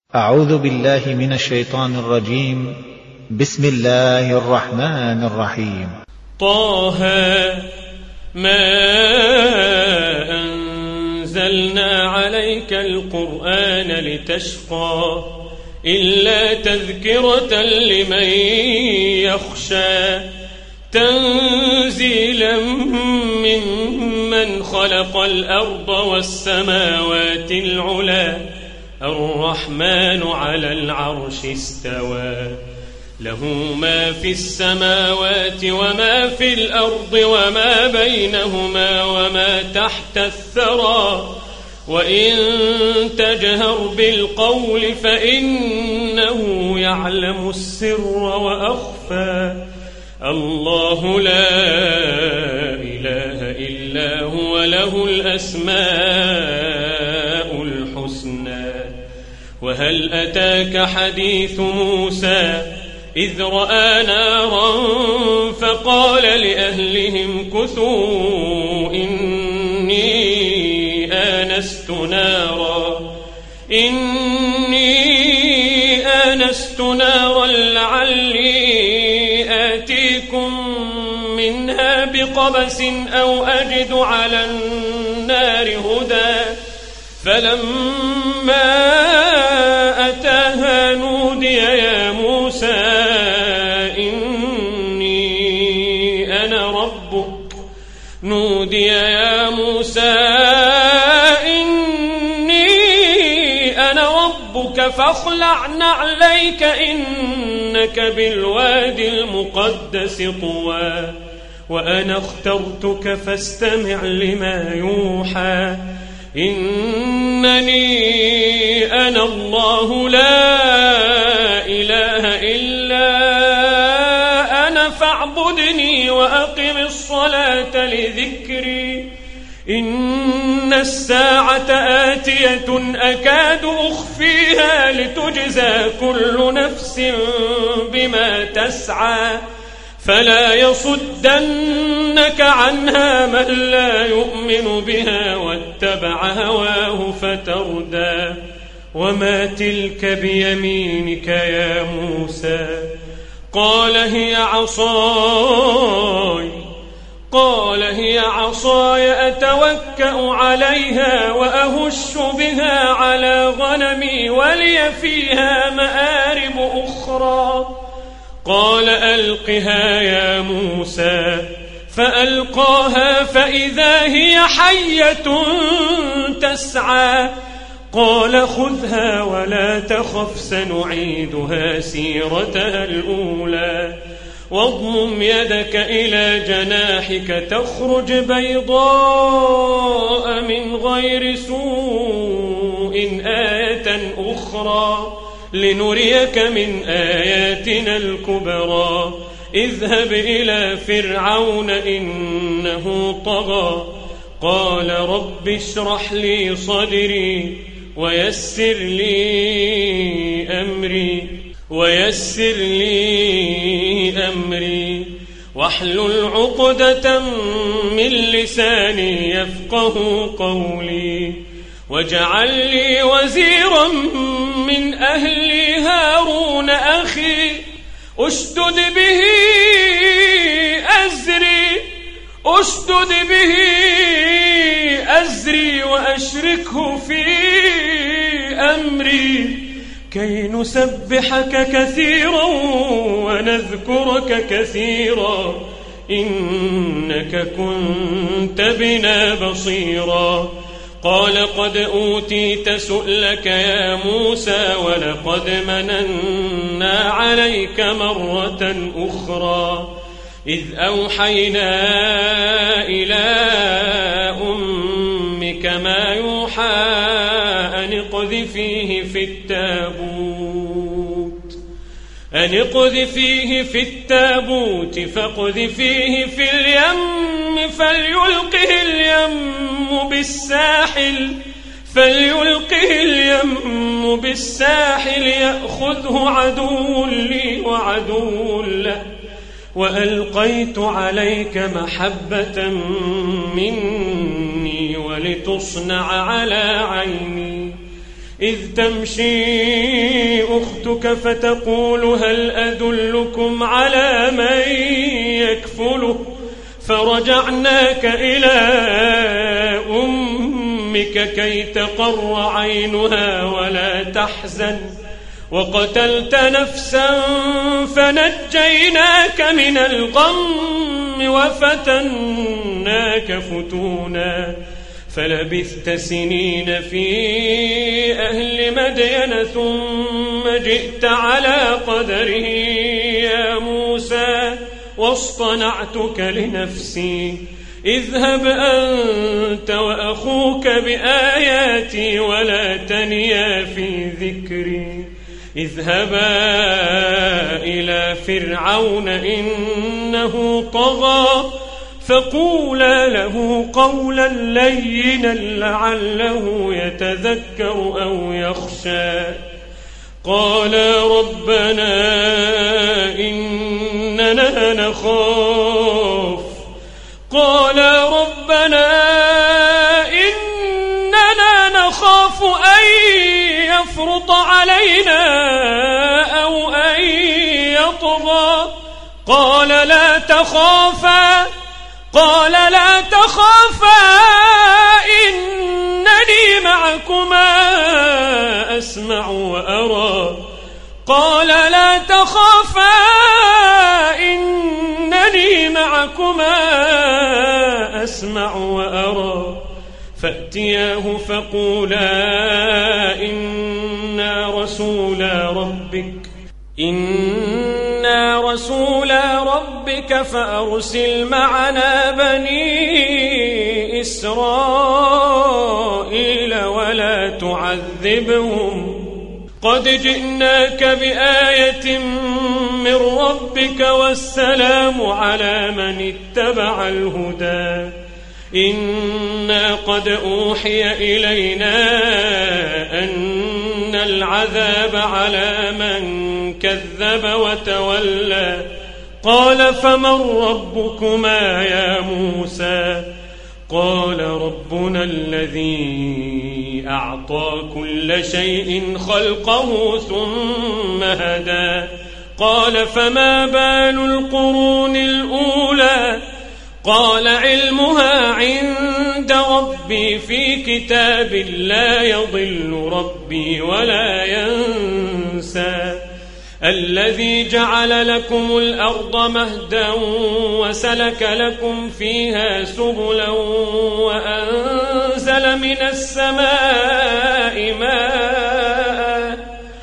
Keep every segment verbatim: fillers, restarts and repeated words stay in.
أعوذ بالله من الشيطان الرجيم. بسم الله الرحمن الرحيم. طه ما أنزلنا عليك القرآن لتشقى إلا تذكرة لمن يخشى تنزيلا ممن خلق الأرض والسماوات العلى الرحمن على العرش استوى له ما في السماوات وما في الأرض وما بينهما وما تحت الثرى وإن تجهر بالقول فإنه يعلم السر وأخفى الله لا إله إلا هو له الأسماء الحسنى. وهل أتاك حديث موسى إذ رأى نارا فقال لأهلهم كثوا إني آنست نارا إني آنست نارا لعلي آتيكم منها بقبس أو أجد على النار هدى فلما أتاها نودي يا موسى إني أنا ربك نودي يا موسى إني أنا ربك فاخلع نعليك إنك بالوادي المقدس طوى وأنا اخترتك فاستمع لما يوحى إنني أنا الله لا إله إلا أنا فاعبدني وأقم الصلاة لذكري إن الساعة آتية أكاد أخفيها لتجزى كل نفس بما تسعى فلا يصدنك عنها من لا يؤمن بها واتبع هواه فتردى وما تلك بيمينك يا موسى قال هي عصاي قال هي عصاي أتوكأ عليها وأهش بها على غنمي ولي فيها مآرب أخرى قال ألقها يا موسى فألقاها فإذا هي حية تسعى قال خذها ولا تخف سنعيدها سيرتها الأولى واضمم يدك إلى جناحك تخرج بيضاء من غير سوء آية أخرى لنريك من آياتنا الكبرى اذهب إلى فرعون إنه طغى قال رب اشرح لي صدري ويسر لي أمري ويسر لي أمري واحلل عقدة من لساني يفقه قولي واجعل لي وزيرا من أهلي هارون أخي أشدد به أزري أشدد به أزري وأشركه في أمري كي نسبحك كثيرا ونذكرك كثيرا إنك كنت بنا بصيرا قال قد أوتيت سؤلك يا موسى ولقد مننا عليك مرة أخرى إذ أوحينا إلى أمك ما يوحى أن اقذفيه في التابوت أن اقذفيه في التابوت فاقذفيه في اليم فليلقه اليم بالساحل فليلقه اليم بالساحل يأخذه عدو لي وعدو له وألقيت عليك محبة مني ولتصنع على عيني إذ تمشي أختك فتقول هل أدلكم على من يكفله فرجعناك إلى أمك كي تقر عينها ولا تحزن وقتلت نفسا فنجيناك من الغم وفتناك فتونا فلبثت سنين في أهل مدين ثم جئت على قدره يا موسى واصطنعتك لنفسي اذهب أنت وأخوك بآياتي ولا تنيا في ذكري اذهبا إلى فرعون إنه طغى فقولا له قولا لينا لعله يتذكر أو يخشى قالا ربنا إننا نخاف قالا ربنا إننا نخاف أن يفرط علينا أو أن يطغى قال لا تخافا قال لا تخافا إنني معكما أسمع وأرى قال لا تخافا إنني معكما أسمع وأرى فأتياه فقولا إنا رسولا ربك إنا رسولا ربك فأرسل معنا بني إسرائيل ولا تعذبهم قد جئناك بآية من ربك والسلام على من اتبع الهدى إنا قد أوحي إلينا أن العذاب على من كذب وتولى قال فمن ربكما يا موسى قال ربنا الذي أعطى كل شيء خلقه ثم هدى قال فما بال القرون الأولى قال علمها عند ربي في كتاب لا يضل ربي ولا ينسى الذي جعل لكم الأرض مهدا وسلك لكم فيها سبلا وأنزل من السماء ماء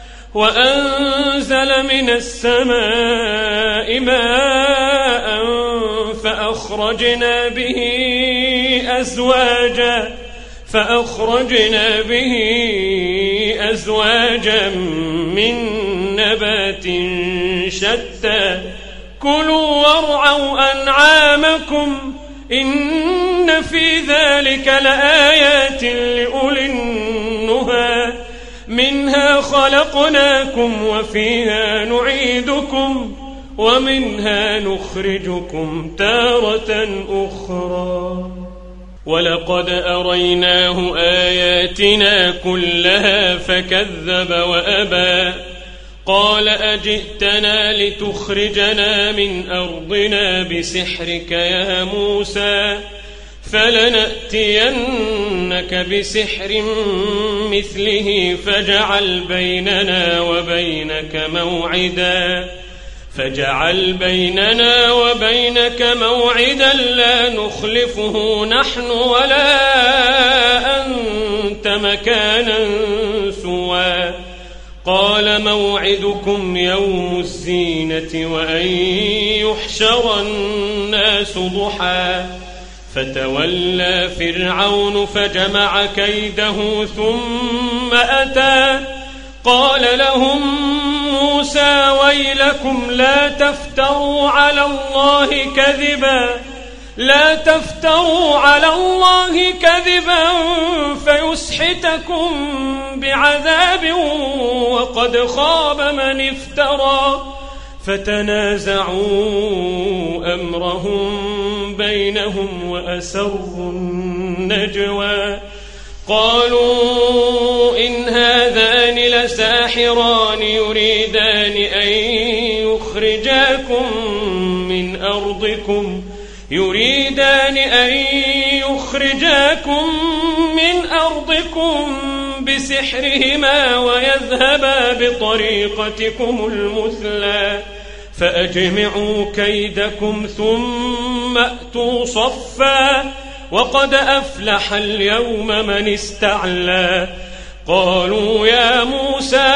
وأنزل من السماء ماء فأخرجنا به أزواجا فأخرجنا به أزواجا من نبات شتى كلوا وارعوا أنعامكم إن في ذلك لآيات لأولي النهى منها خلقناكم وفيها نعيدكم ومنها نخرجكم تارة أخرى ولقد أريناه آياتنا كلها فكذب وأبى قال أجئتنا لتخرجنا من أرضنا بسحرك يا موسى فلنأتينك بسحر مثله فاجعل بيننا وبينك موعدا فاجعل بيننا وبينك موعدا لا نخلفه نحن ولا أنت مكانا سوى قال موعدكم يوم الزينة وأن يحشر الناس ضحى فتولى فرعون فجمع كيده ثم أتى قال لهم موسى ويلكم لا تفتروا على الله كذبا لا تفتروا على الله كذبا فيسحتكم بعذاب وقد خاب من افترى فتنازعوا أمرهم بينهم وأسروا النجوى قالوا إن هذان لساحران يريدان أن يخرجاكم من أرضكم يريدان أن يخرجاكم من أرضكم بسحرهما ويذهبا بطريقتكم المثلى فأجمعوا كيدكم ثم أتوا صفا وقد أفلح اليوم من استعلى. قالوا يا موسى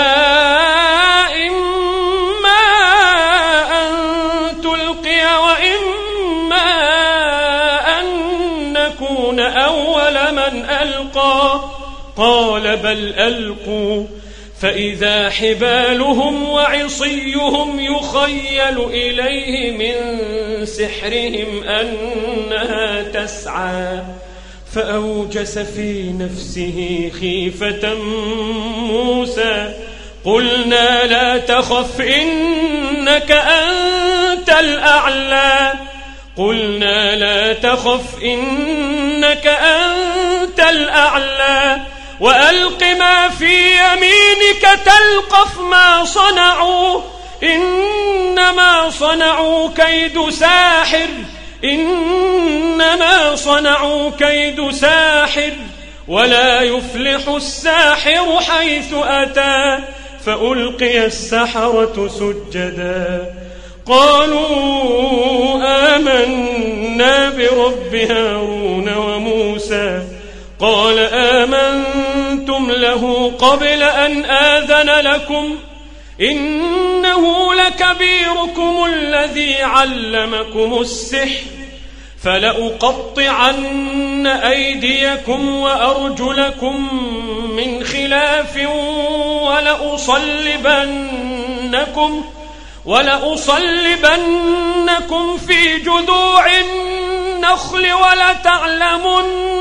إما أن تلقي وإما أن نكون أول من ألقى قال بل ألقوا فإذا حبالهم وعصيهم يخيل إليه من سحرهم أنها تسعى فأوجس في نفسه خيفة موسى قلنا لا تخف إنك أنت الأعلى قلنا لا تخف إنك أنت الأعلى وألق ما في يمينك تلقف ما صنعوا إنما صنعوا كيد ساحر إنما صنعوا كيد ساحر ولا يفلح الساحر حيث أتى فألقي السحرة سجدا قالوا آمنا برب هارون وموسى قال آمنتم له قبل أن آذن لكم إنه لكبيركم الذي علمكم السحر فلأقطعن أيديكم وأرجلكم من خلاف ولأصلبنكم ولأصلبنكم في جذوع النخل ولتعلمن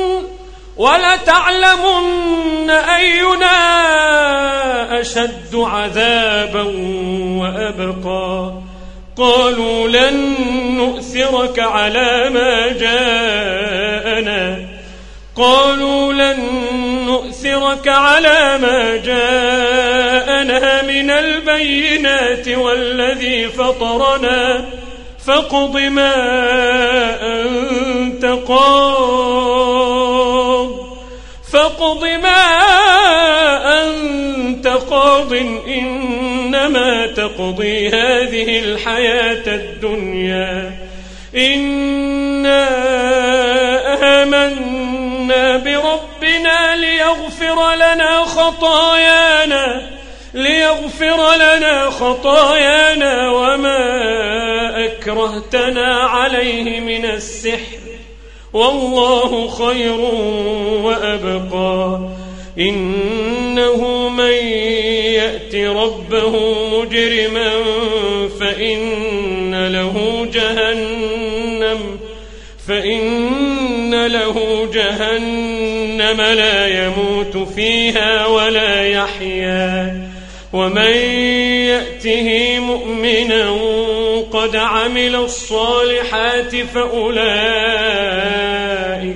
ولتعلمن أينا أشد عذابا وأبقى قالوا لن نؤثرك على ما جاءنا قالوا لن نؤثرك على ما جاءنا من البينات والذي فطرنا فاقض ما أنت قاض فاقض ما أنت قاض إنما تقضي هذه الحياة الدنيا إنا آمنا بربنا ليغفر لنا خطايانا ليغفر لنا خطايانا وما أكرهتنا عليه من السحر والله خير وأبقى إنه من يأت ربه مجرما فإن له جهنم فإن له جهنم لا يموت فيها ولا يحيا ومن يأته مؤمنا قد عمل الصالحات فأولئك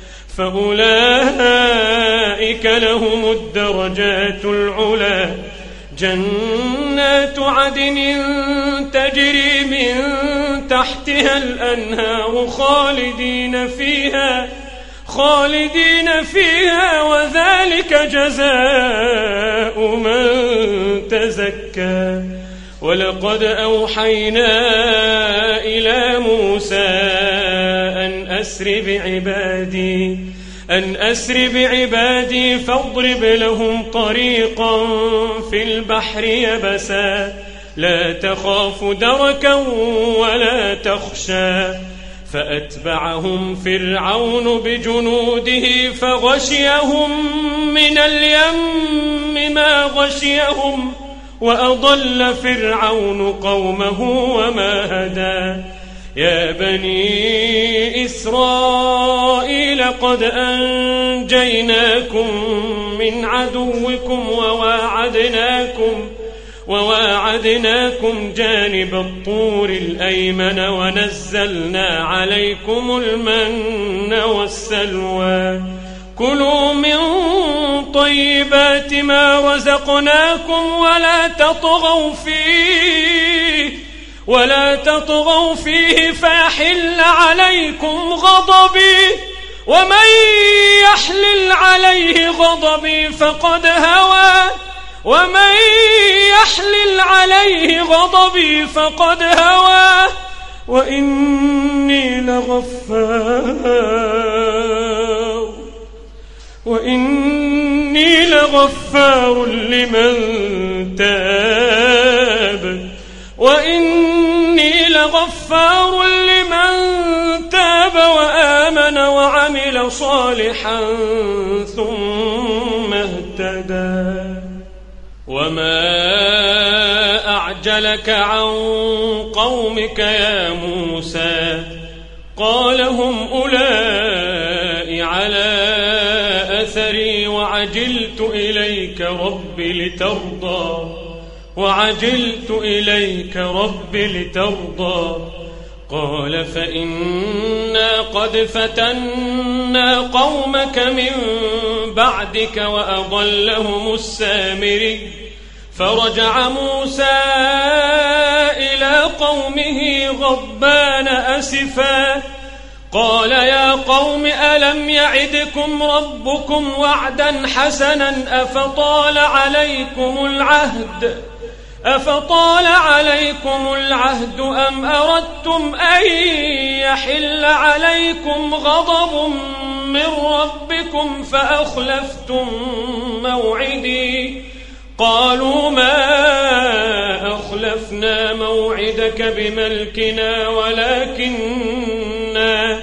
فأولئك لهم الدرجات العلى جنات عدن تجري من تحتها الأنهار خالدين فيها خالدين فيها وذلك جزاء من تزكى ولقد أوحينا إلى موسى أن أسر بعبادي أن أسر بعبادي فاضرب لهم طريقا في البحر يبسا لا تخاف دركا ولا تخشى فأتبعهم فرعون بجنوده فغشيهم من اليم ما غشيهم وأضل فرعون قومه وما هدى يا بني إسرائيل قد أنجيناكم من عدوكم وواعدناكم وواعدناكم جانب الطور الأيمن ونزلنا عليكم المن والسلوى كلوا من طيبات ما رزقناكم ولا تطغوا فيه ولا تطغوا فيه فيحل عليكم غضبي ومن يحلل عليه غضبي فقد هوى ومن يحلل عليه غضبي فقد هوى وإني لغفار وإني لغفار لمن تاب وإني لغفار لمن تاب وآمن وعمل صالحا ثم اهتدى وما أعجلك عن قومك يا موسى قال هم أولئك على أثري وعجلت إليك رب لترضى وعجلت إليك رب لترضى قال فإنا قد فتنا قومك من بعدك وأضلهم السامري فرجع موسى إلى قومه غضبان أسفا قال يا قوم ألم يعدكم ربكم وعدا حسنا أفطال عليكم العهد أفطال عليكم العهد أم أردتم أن يحل عليكم غضب من ربكم فأخلفتم موعدي قالوا ما أخلفنا موعدك بملكنا ولكننا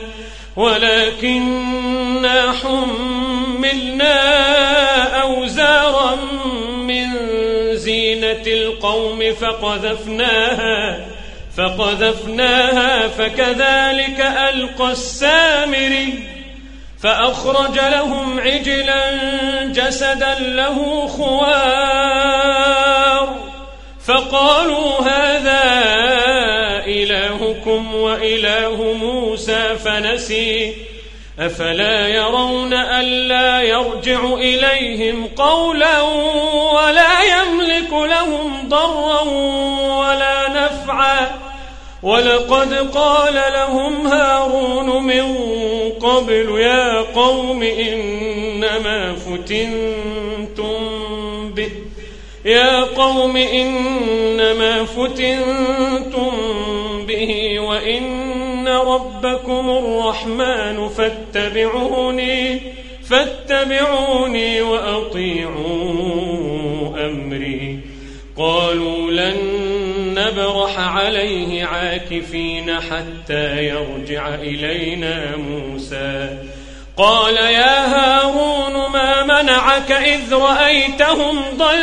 ولكننا حملنا أوزارا من زينة القوم فقذفناها فقذفناها فكذلك ألقى السامري فأخرج لهم عجلا جسدا له خوار فقالوا هذا إلهكم وإله موسى فنسي أفلا يرون ألا يرجع إليهم قولا ولا يملك لهم ضرا ولا نفعا ولقد قال لهم هارون من قبل يا قوم إنما فتنتم به يا قوم إنما فتنتم به وإن ربكم الرحمن فاتبعوني فاتبعوني وأطيعوا أمري قالوا لن نبرح عليه عاكفين حتى يرجع إلينا موسى قال يا هارون ما منعك إذ رأيتهم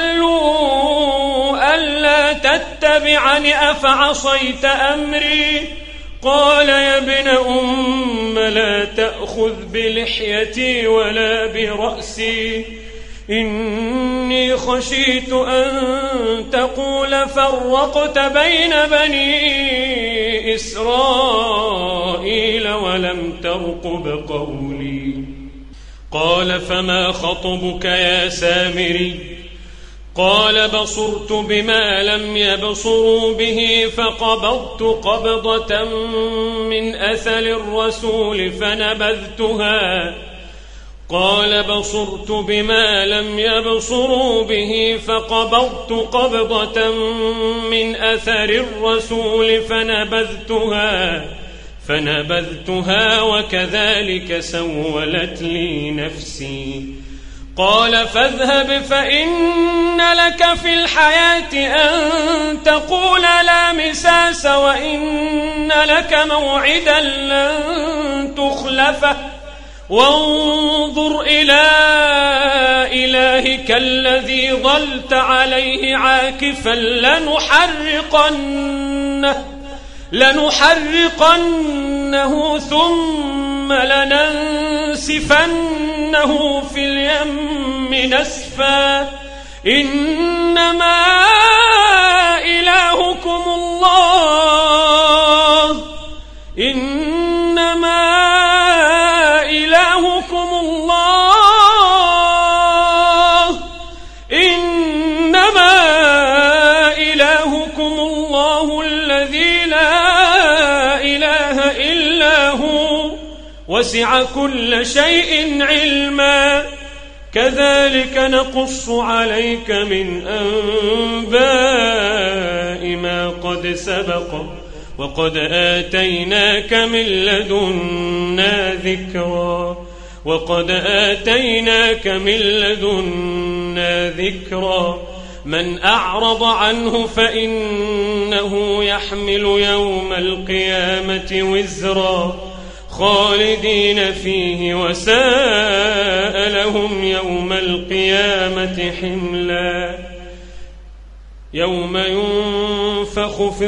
ضلوا ألا تتبعني أفعصيت أمري قال يا ابن أم لا تأخذ بلحيتي ولا برأسي إني خشيت أن تقول فرقت بين بني إسرائيل ولم ترقب قولي قال فما خطبك يا سامري قال بصرت بما لم يبصروا به فقبضت قبضة من أثر الرسول فنبذتها قال بصرت بما لم يبصروا به فقبضت قبضة من أثر الرسول فنبذتها فنبذتها وكذلك سولت لي نفسي قال فاذهب فإن لك في الحياة أن تقول لا مساس وإن لك موعدا لن تخلفه وانظر إلى إلهك الذي ظلت عليه عاكفا لنحرقنه لنحرقنه ثم لننسفنه في اليم نسفا إنما إلهكم الله إنما إلهكم الله وسع كل شيء علما كذلك نقص عليك من أنباء ما قد سبق وقد آتيناك من لدنا ذكرا وقد آتيناك من لدنا ذكرا من أعرض عنه فإنه يحمل يوم القيامة وزرا خالدين فيه وساء لهم يوم القيامة حملا يوم ينفخ في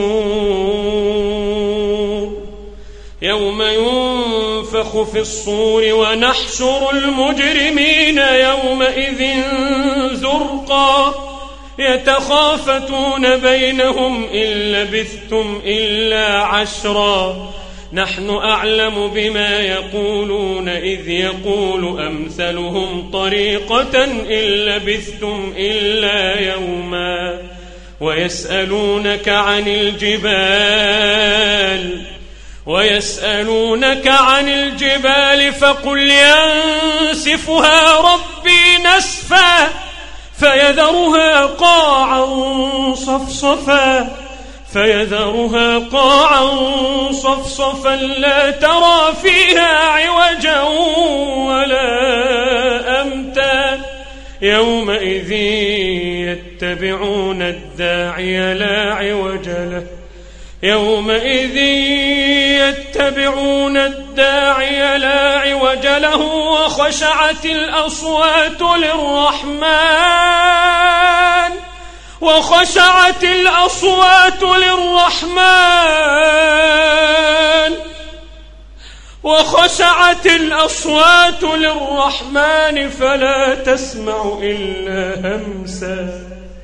الصور يوم ينفخ في الصور ونحشر المجرمين يومئذ زرقا يتخافتون بينهم إن لبثتم إلا عشرا نحن أعلم بما يقولون إذ يقول أمثلهم طريقة إن لبثتم إلا يوما ويسألونك عن الجبال ويسألونك عن الجبال فقل ينسفها ربي نسفا فيذرها قاعا صفصفا فيذرها قاعا صفصفا لا ترى فيها عوجا ولا أمتا يومئذ يتبعون الداعي لا عوج له يومئذ يتبعون الداعي لا عوج له وخشعت الأصوات للرحمن وخشعت الأصوات للرحمن وخشعت الأصوات للرحمن فلا تسمع إلا همسا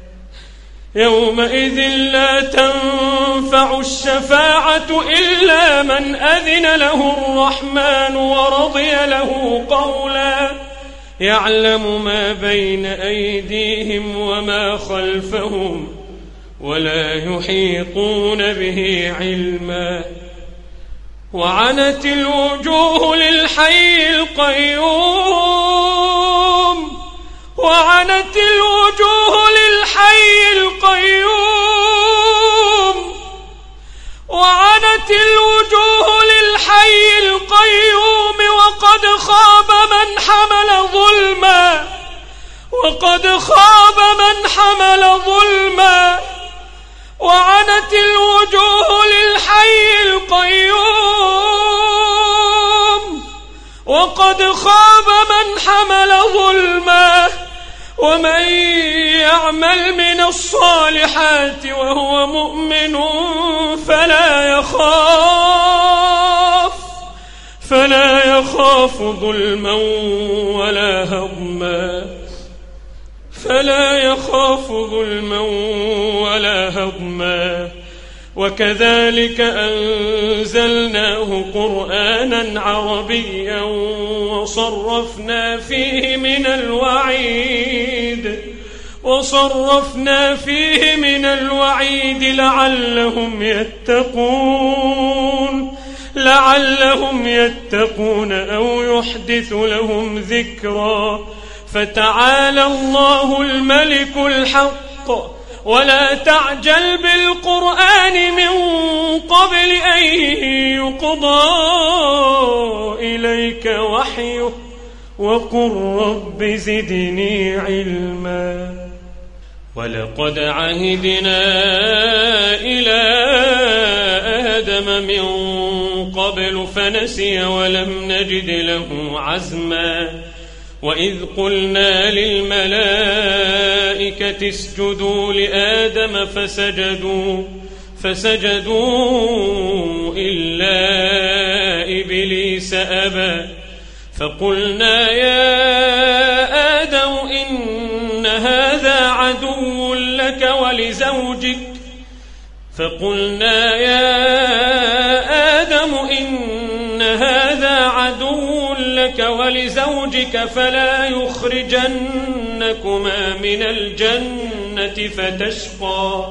يومئذ لا تنفع الشفاعة إلا من أذن له الرحمن ورضي له قولا يعلم ما بين أيديهم وما خلفهم ولا يحيطون به علما وعنت الوجوه للحي القيوم وعنت الوجوه للحي القيوم وعنت الوجوه للحي القيوم وقد خاب من حمل ظلما وقد خاب من حمل ظلما وعنت الوجوه للحي القيوم وقد خاب من حمل ظلما ومن يعمل من الصالحات وهو مؤمن فلا يخاف فلا يخاف ظلما ولا هضما فلا يخاف ظلما ولا هضما وكذلك أنزلناه قرآنا عربيا وصرفنا فيه من الوعيد وصرفنا فيه من الوعيد لعلهم يتقون لعلهم يتقون أو يحدث لهم ذكرا فتعالى الله الملك الحق ولا تعجل بالقرآن من قبل أن يقضى إليك وحيه وقل رب زدني علما ولقد عهدنا إلى آدم من قبل فنسي ولم نجد له عزما وإذ قلنا للملائكة اسجدوا لآدم فسجدوا فسجدوا إلا إبليس أبى فقلنا يا آدم إن هذا عدو لك ولزوجك فقلنا يا آدم إن هذا عدو لك ولزوجك فلا يخرجنكما من الجنة فتشقى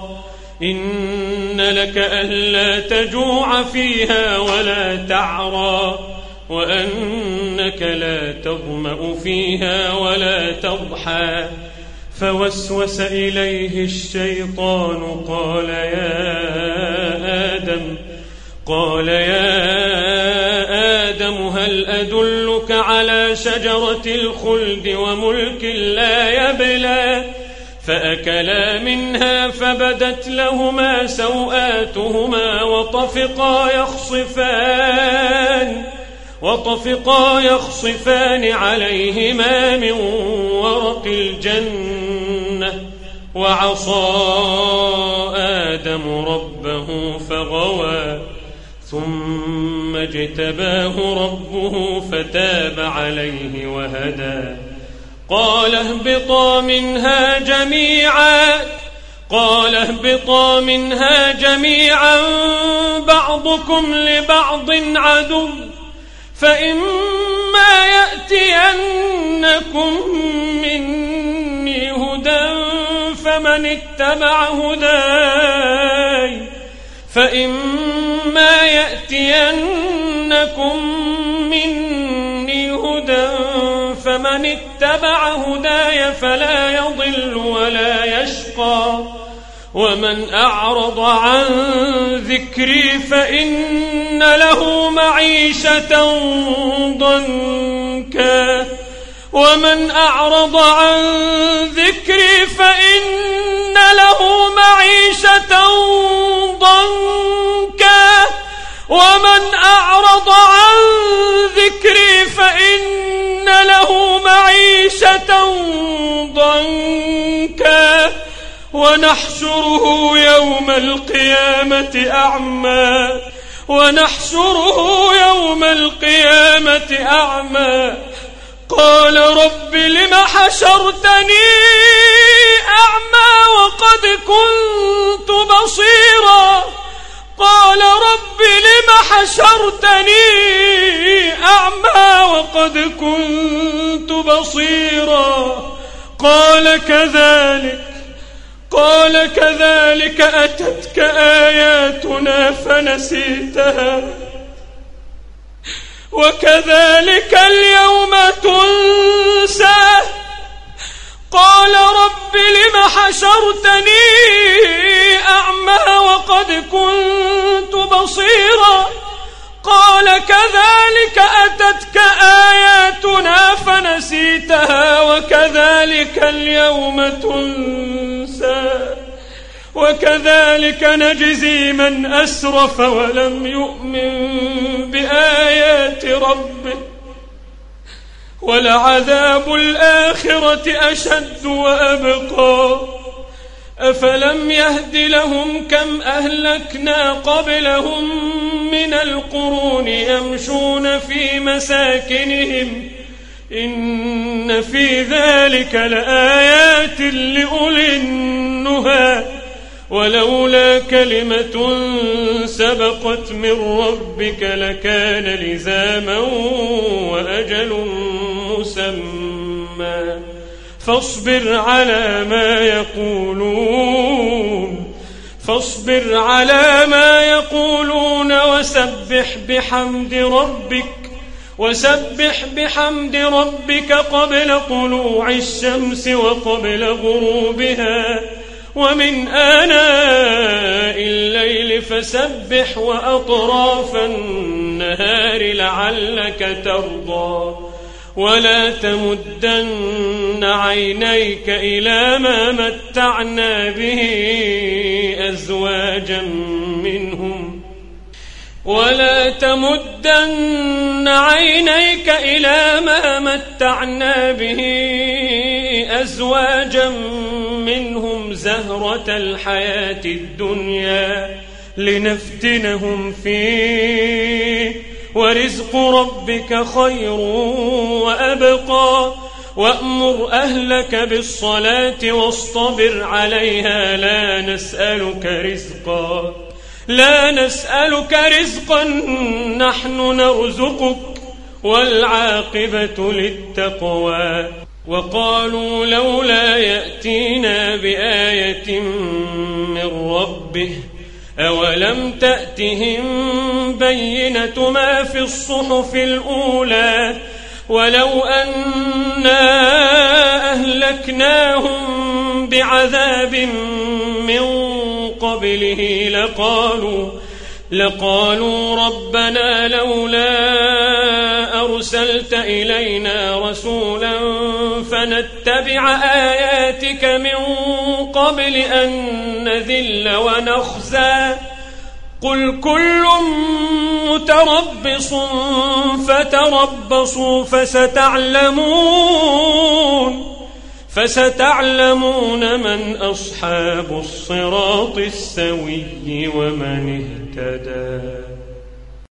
إن لك ألا تجوع فيها ولا تعرى وأنك لا تظمأ فيها ولا تضحى. فوسوس إليه الشيطان قال يا آدم قال يا آدم هل أدلك على شجرة الخلد وملك لا يبلى؟ فأكلا منها فبدت لهما سوآتهما وطفقا يخصفان وطفقا يخصفان عليهما من ورق الجنة. وعصى آدم ربه فغوى ثم اجتباه ربه فتاب عليه وهدى. قال اهبطا منها جميعا قال اهبطا منها جميعا بعضكم لبعض عدو فإما يأتينكم مني هدى فمن اتبع هداي فإما يأتينكم مني هدى فمن اتبع هداي فلا يضل ولا يشقى. ومن أعرض عن ذكري فإن له معيشة ضنكا ومن أعرض عن ذكري فإن له معيشة ضنكا ومن أعرض عن ذكري فإن له معيشة ضنكا ونحشره يوم القيامة أعمى ونحشره يوم القيامة أعمى قال رب لم حشرتني أعمى وقد كنت بصيرا قال رب لم حشرتني أعمى وقد كنت بصيرا قال كذلك قال كذلك أتتك آياتنا فنسيتها وكذلك اليوم تنسى قال رب لم حشرتني أعمى وقد كنت بصيرا قال كذلك أتتك آياتنا فنسيتها وكذلك اليوم تنسى وكذلك نجزي من أسرف ولم يؤمن بآيات ربه ولعذاب الآخرة أشد وأبقى. أفلم يهد لهم كم أهلكنا قبلهم من القرون يمشون في مساكنهم إن في ذلك لآيات لأولي النهى ولولا كلمة سبقت من ربك لكان لزاما وأجل مسمى. فاصبر على ما يقولون فاصبر على ما يقولون وسبح بحمد ربك وسبح بحمد ربك قبل طلوع الشمس وقبل غروبها ومن آناء الليل فسبح وأطراف النهار لعلك ترضى. ولا تمدن عينيك إلى ما متعنا به أزواجا منهم ولا تمدن عينيك إلى ما متعنا به أزواجا منهم زهرة الحياة الدنيا لنفتنهم فيه ورزق ربك خير وأبقى. وأمر أهلك بالصلاة واصطبر عليها لا نسألك رزقا لا نسألك رزقا نحن نرزقك والعاقبة للتقوى. وقالوا لولا يأتينا بآية من ربه أولم تأتهم بينة ما في الصحف الأولى ولو أنا أهلكناهم بعذاب من قبله لقالوا لقالوا ربنا لولا أرسلت إلينا رسولا فنتبع آياتك من قبل أن نذل ونخزى قل كل متربص فتربصوا فستعلمون فستعلمون من أصحاب الصراط السوي ومن اهتدى.